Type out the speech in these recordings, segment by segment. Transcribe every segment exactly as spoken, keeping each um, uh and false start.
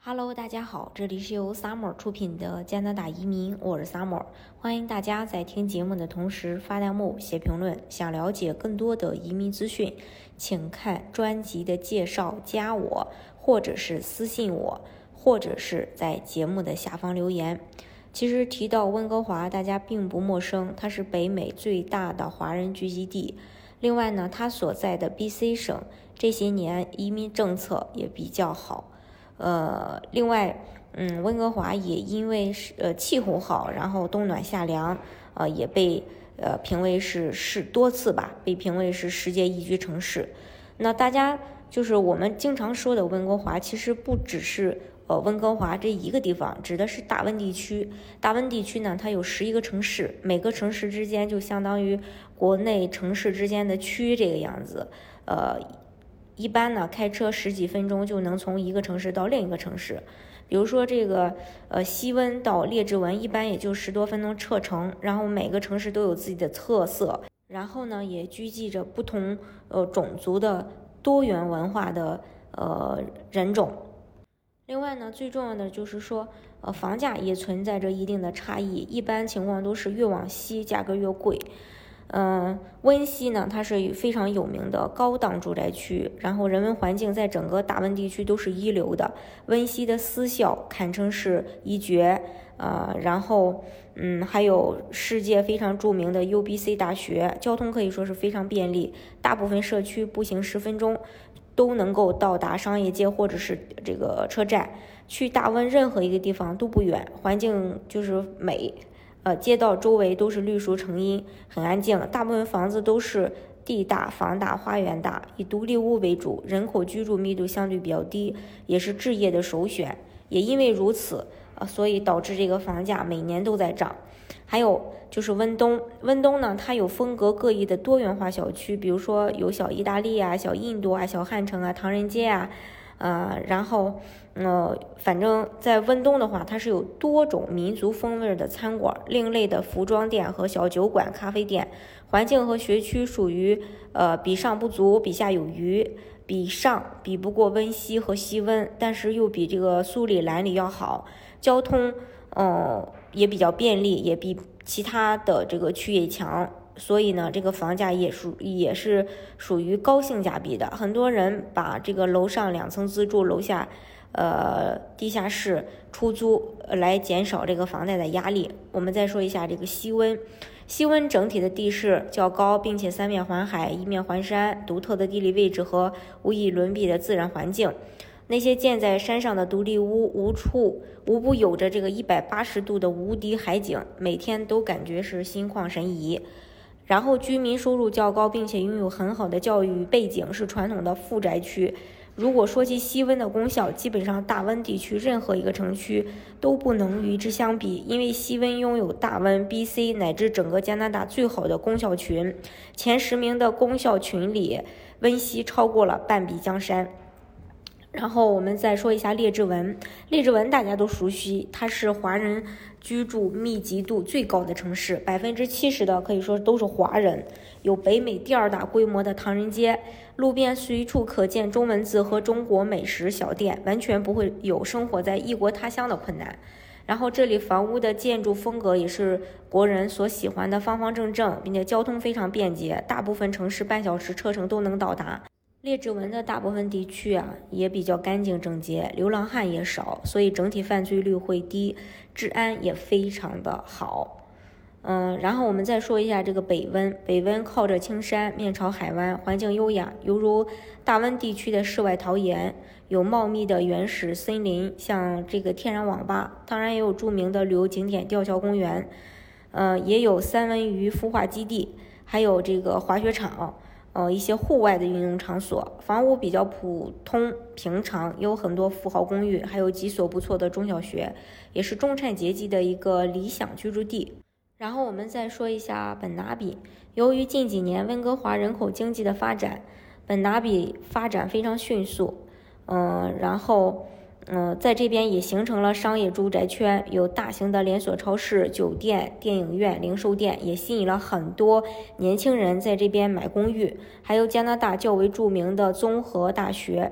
Hello，大家好，这里是由 Summer 出品的加拿大移民，我是 Summer， 欢迎大家在听节目的同时发弹幕、写评论。想了解更多的移民资讯，请看专辑的介绍，加我，或者是私信我，或者是在节目的下方留言。其实提到温哥华，大家并不陌生，它是北美最大的华人聚集地。另外呢，它所在的 B C 省这些年移民政策也比较好。呃，另外，嗯，温哥华也因为是呃气候好，然后冬暖夏凉，呃，也被呃评为是是多次吧，被评为是世界宜居城市。那大家就是我们经常说的温哥华，其实不只是呃温哥华这一个地方，指的是大温地区。大温地区呢，它有十一个城市，每个城市之间就相当于国内城市之间的区这个样子，呃。一般呢，开车十几分钟就能从一个城市到另一个城市。比如说这个呃西温到列治文，一般也就十多分钟车程。然后每个城市都有自己的特色，然后呢也聚集着不同呃种族的多元文化的呃人种。另外呢，最重要的就是说，呃，房价也存在着一定的差异。一般情况都是越往西价格越贵。嗯、呃，温西呢，它是非常有名的高档住宅区，然后人文环境在整个大温地区都是一流的。温西的私校堪称是一绝，呃，然后嗯，还有世界非常著名的 U B C 大学，交通可以说是非常便利，大部分社区步行十分钟都能够到达商业街或者是这个车站，去大温任何一个地方都不远，环境就是美。呃，街道周围都是绿树成荫，很安静。大部分房子都是地大、房大、花园大，以独立屋为主，人口居住密度相对比较低，也是置业的首选。也因为如此，呃，所以导致这个房价每年都在涨。还有就是温东，温东呢，它有风格各异的多元化小区，比如说有小意大利啊、小印度啊、小汉城啊、唐人街啊。呃，然后，呃，反正在温东的话，它是有多种民族风味的餐馆、另类的服装店和小酒馆、咖啡店。环境和学区属于呃比上不足，比下有余。比上比不过温西和西温，但是又比这个苏里兰里要好。交通，呃，也比较便利，也比其他的这个区也强。所以呢，这个房价也属也是属于高性价比的。很多人把这个楼上两层自住，楼下呃地下室出租来减少这个房贷的压力。我们再说一下这个西温，西温整体的地势较高，并且三面环海，一面环山，独特的地理位置和无以伦比的自然环境。那些建在山上的独立屋，无处无不有着这个一百八十度的无敌海景，每天都感觉是心旷神怡。然后居民收入较高，并且拥有很好的教育背景，是传统的富宅区。如果说起西温的功效，基本上大温地区任何一个城区都不能与之相比，因为西温拥有大温、B C 乃至整个加拿大最好的功效群，前十名的功效群里，温西超过了半壁江山。然后我们再说一下列治文，列治文大家都熟悉，它是华人居住密集度最高的城市，百分之七十的可以说都是华人，有北美第二大规模的唐人街，路边随处可见中文字和中国美食小店，完全不会有生活在异国他乡的困难。然后这里房屋的建筑风格也是国人所喜欢的，方方正正，并且交通非常便捷，大部分城市半小时车程都能到达。列治文的大部分地区啊也比较干净整洁，流浪汉也少，所以整体犯罪率会低，治安也非常的好。嗯，然后我们再说一下这个北温，北温靠着青山，面朝海湾，环境优雅，犹如大温地区的世外桃源，有茂密的原始森林，像这个天然网吧，当然也有著名的旅游景点吊桥公园，呃，也有三文鱼孵化基地，还有这个滑雪场。呃，一些户外的运动场所，房屋比较普通平常，有很多富豪公寓，还有几所不错的中小学，也是中产阶级的一个理想居住地。然后我们再说一下本拿比，由于近几年温哥华人口经济的发展，本拿比发展非常迅速，嗯、呃，然后。嗯、呃，在这边也形成了商业住宅圈，有大型的连锁超市、酒店、电影院、零售店，也吸引了很多年轻人在这边买公寓。还有加拿大较为著名的综合大学，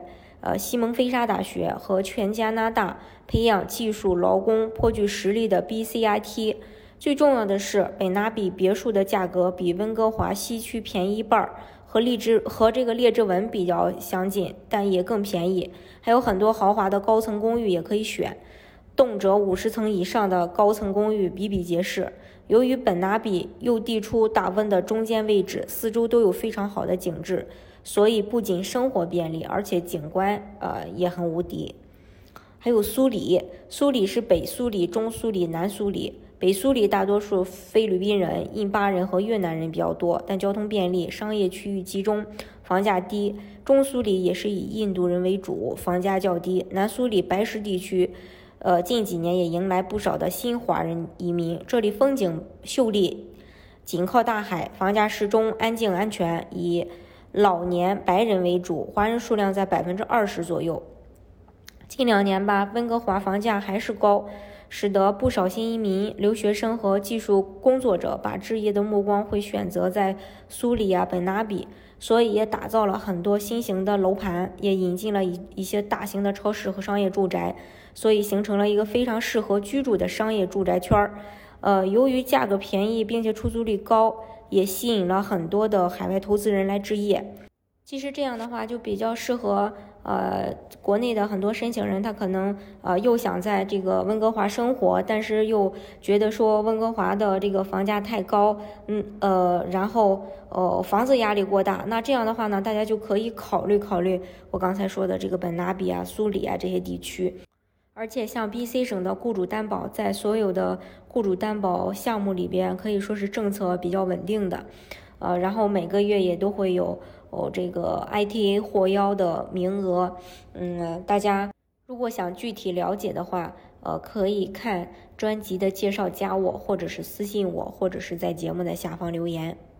呃西蒙菲沙大学和全加拿大培养技术劳工颇具实力的 B C I T。最重要的是，本拿比别墅的价格比温哥华西区便宜一半，和荔枝和这个列治文比较相近，但也更便宜。还有很多豪华的高层公寓也可以选，动辄五十层以上的高层公寓比比皆是。由于本拿比又地处大温的中间位置，四周都有非常好的景致，所以不仅生活便利，而且景观呃也很无敌。还有苏里，苏里是北苏里、中苏里、南苏里。北苏里大多数菲律宾人、印巴人和越南人比较多，但交通便利，商业区域集中，房价低。中苏里也是以印度人为主，房价较低。南苏里白石地区呃，近几年也迎来不少的新华人移民，这里风景秀丽，紧靠大海，房价适中，安静安全，以老年白人为主，华人数量在百分之二十左右。近两年吧，温哥华房价还是高，使得不少新移民、留学生和技术工作者把置业的目光会选择在苏里啊、本拿比，所以也打造了很多新型的楼盘，也引进了一一些大型的超市和商业住宅，所以形成了一个非常适合居住的商业住宅圈儿。呃，由于价格便宜并且出租率高，也吸引了很多的海外投资人来置业。其实这样的话就比较适合呃国内的很多申请人，他可能呃又想在这个温哥华生活，但是又觉得说温哥华的这个房价太高，嗯呃然后呃房子压力过大，那这样的话呢，大家就可以考虑考虑我刚才说的这个本拿比啊、苏里啊这些地区。而且像 B C 省的雇主担保，在所有的雇主担保项目里边可以说是政策比较稳定的，呃然后每个月也都会有哦，这个 I T A 获邀的名额，嗯，大家如果想具体了解的话，呃，可以看专辑的介绍，加我，或者是私信我，或者是在节目的下方留言。